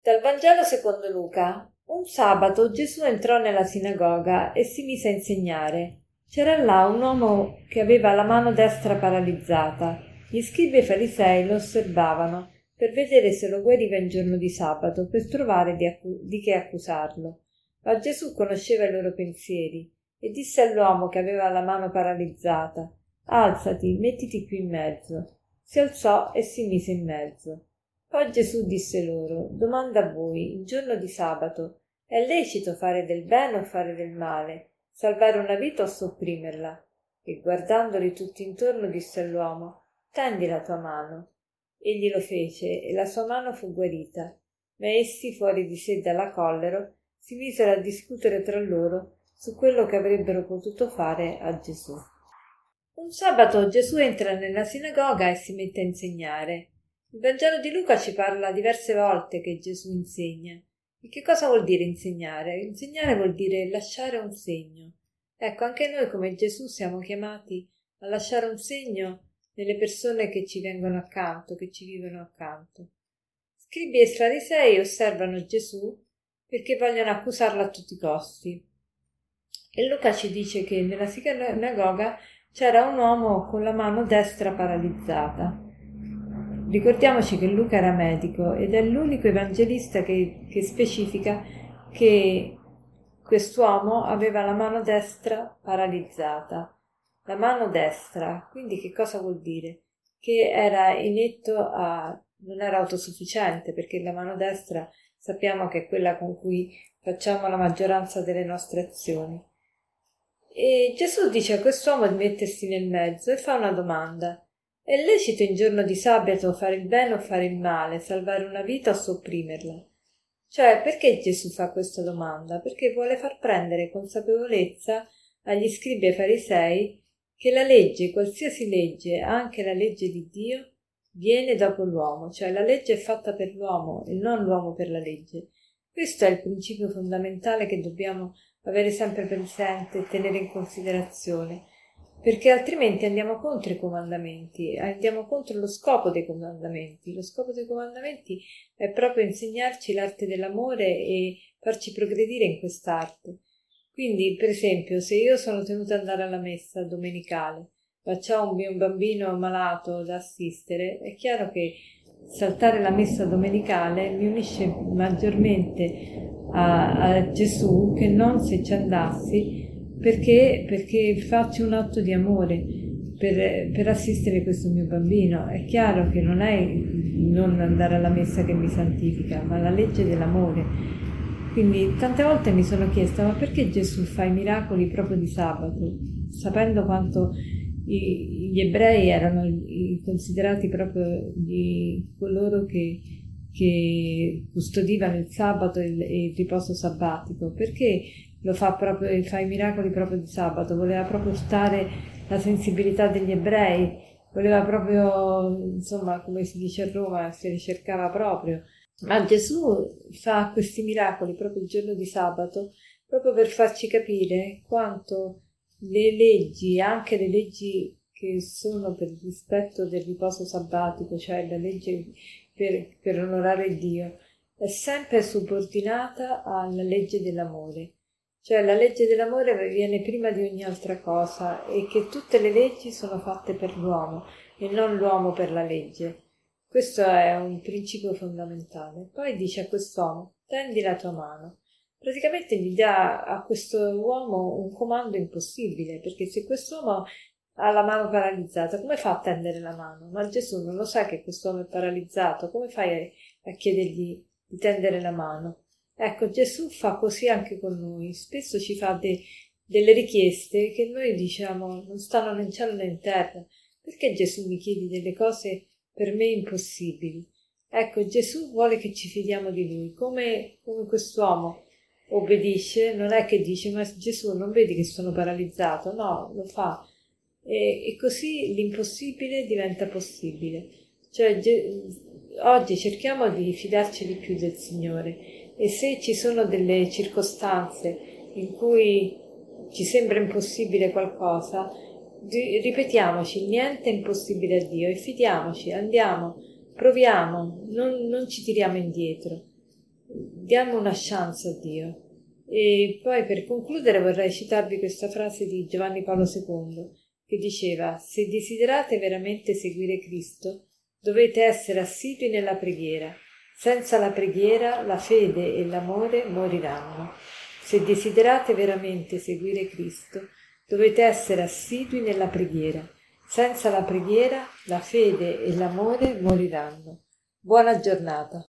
Dal Vangelo secondo Luca. Un sabato Gesù entrò nella sinagoga e si mise a insegnare. C'era là un uomo che aveva la mano destra paralizzata. Gli scribi e i farisei lo osservavano per vedere se lo guariva in giorno di sabato, per trovare di che accusarlo. Ma Gesù conosceva i loro pensieri e disse all'uomo che aveva la mano paralizzata: «Alzati, mettiti qui in mezzo». Si alzò e si mise in mezzo. Poi Gesù disse loro: «Domanda a voi, in giorno di sabato, è lecito fare del bene o fare del male, salvare una vita o sopprimerla?» E guardandoli tutti intorno disse all'uomo: «Tendi la tua mano». Egli lo fece e la sua mano fu guarita. Ma essi, fuori di sé dalla collera, si misero a discutere tra loro su quello che avrebbero potuto fare a Gesù. Un sabato Gesù entra nella sinagoga e si mette a insegnare. Il Vangelo di Luca ci parla diverse volte che Gesù insegna. E che cosa vuol dire insegnare? Insegnare vuol dire lasciare un segno. Ecco, anche noi come Gesù siamo chiamati a lasciare un segno nelle persone che ci vengono accanto, che ci vivono accanto. Scribi e farisei osservano Gesù perché vogliono accusarlo a tutti i costi. E Luca ci dice che nella sinagoga c'era un uomo con la mano destra paralizzata. Ricordiamoci che Luca era medico ed è l'unico evangelista che specifica che quest'uomo aveva la mano destra paralizzata. La mano destra, quindi che cosa vuol dire? Che era non era autosufficiente, perché la mano destra sappiamo che è quella con cui facciamo la maggioranza delle nostre azioni. E Gesù dice a quest'uomo di mettersi nel mezzo e fa una domanda: è lecito in giorno di sabato fare il bene o fare il male, salvare una vita o sopprimerla? Cioè, perché Gesù fa questa domanda? Perché vuole far prendere consapevolezza agli scribi e ai farisei che la legge, qualsiasi legge, anche la legge di Dio, viene dopo l'uomo, cioè la legge è fatta per l'uomo e non l'uomo per la legge. Questo è il principio fondamentale che dobbiamo avere sempre presente e tenere in considerazione, perché altrimenti andiamo contro i comandamenti, andiamo contro lo scopo dei comandamenti. Lo scopo dei comandamenti è proprio insegnarci l'arte dell'amore e farci progredire in quest'arte. Quindi, per esempio, se io sono tenuta ad andare alla messa domenicale, ma c'ho un mio bambino malato da assistere, è chiaro che saltare la messa domenicale mi unisce maggiormente a Gesù che non se ci andassi, perché faccio un atto di amore per assistere questo mio bambino. È chiaro che non è non andare alla messa che mi santifica, ma la legge dell'amore. Quindi tante volte mi sono chiesta: ma perché Gesù fa i miracoli proprio di sabato, sapendo quanto gli ebrei erano considerati proprio di coloro che custodivano il sabato e il riposo sabbatico? Perché fa i miracoli proprio di sabato? Voleva proprio stare la sensibilità degli ebrei, voleva proprio, insomma, come si dice a Roma, si ricercava proprio. Ma Gesù fa questi miracoli proprio il giorno di sabato, proprio per farci capire quanto le leggi, anche le leggi che sono per il rispetto del riposo sabbatico, cioè la legge per onorare Dio, è sempre subordinata alla legge dell'amore. Cioè la legge dell'amore viene prima di ogni altra cosa, e che tutte le leggi sono fatte per l'uomo e non l'uomo per la legge. Questo è un principio fondamentale. Poi dice a quest'uomo: tendi la tua mano. Praticamente gli dà a questo uomo un comando impossibile, perché se quest'uomo ha la mano paralizzata, come fa a tendere la mano? Ma Gesù non lo sa che quest'uomo è paralizzato, come fai a chiedergli di tendere la mano? Ecco, Gesù fa così anche con noi. Spesso ci fa delle richieste che noi diciamo non stanno né in cielo né in terra. Perché Gesù mi chiedi delle cose per me impossibili? Ecco, Gesù vuole che ci fidiamo di Lui, come quest'uomo obbedisce. Non è che dice: ma Gesù, non vedi che sono paralizzato? No, lo fa. E così l'impossibile diventa possibile. Cioè, oggi cerchiamo di fidarci di più del Signore, e se ci sono delle circostanze in cui ci sembra impossibile qualcosa, ripetiamoci: niente è impossibile a Dio, e fidiamoci, andiamo, proviamo, non ci tiriamo indietro. diamo una chance a Dio. E poi per concludere vorrei citarvi questa frase di Giovanni Paolo II che diceva: se desiderate veramente seguire Cristo, dovete essere assidui nella preghiera. Senza la preghiera la fede e l'amore moriranno. Se desiderate veramente seguire Cristo, dovete essere assidui nella preghiera. Senza la preghiera la fede e l'amore moriranno. Buona giornata.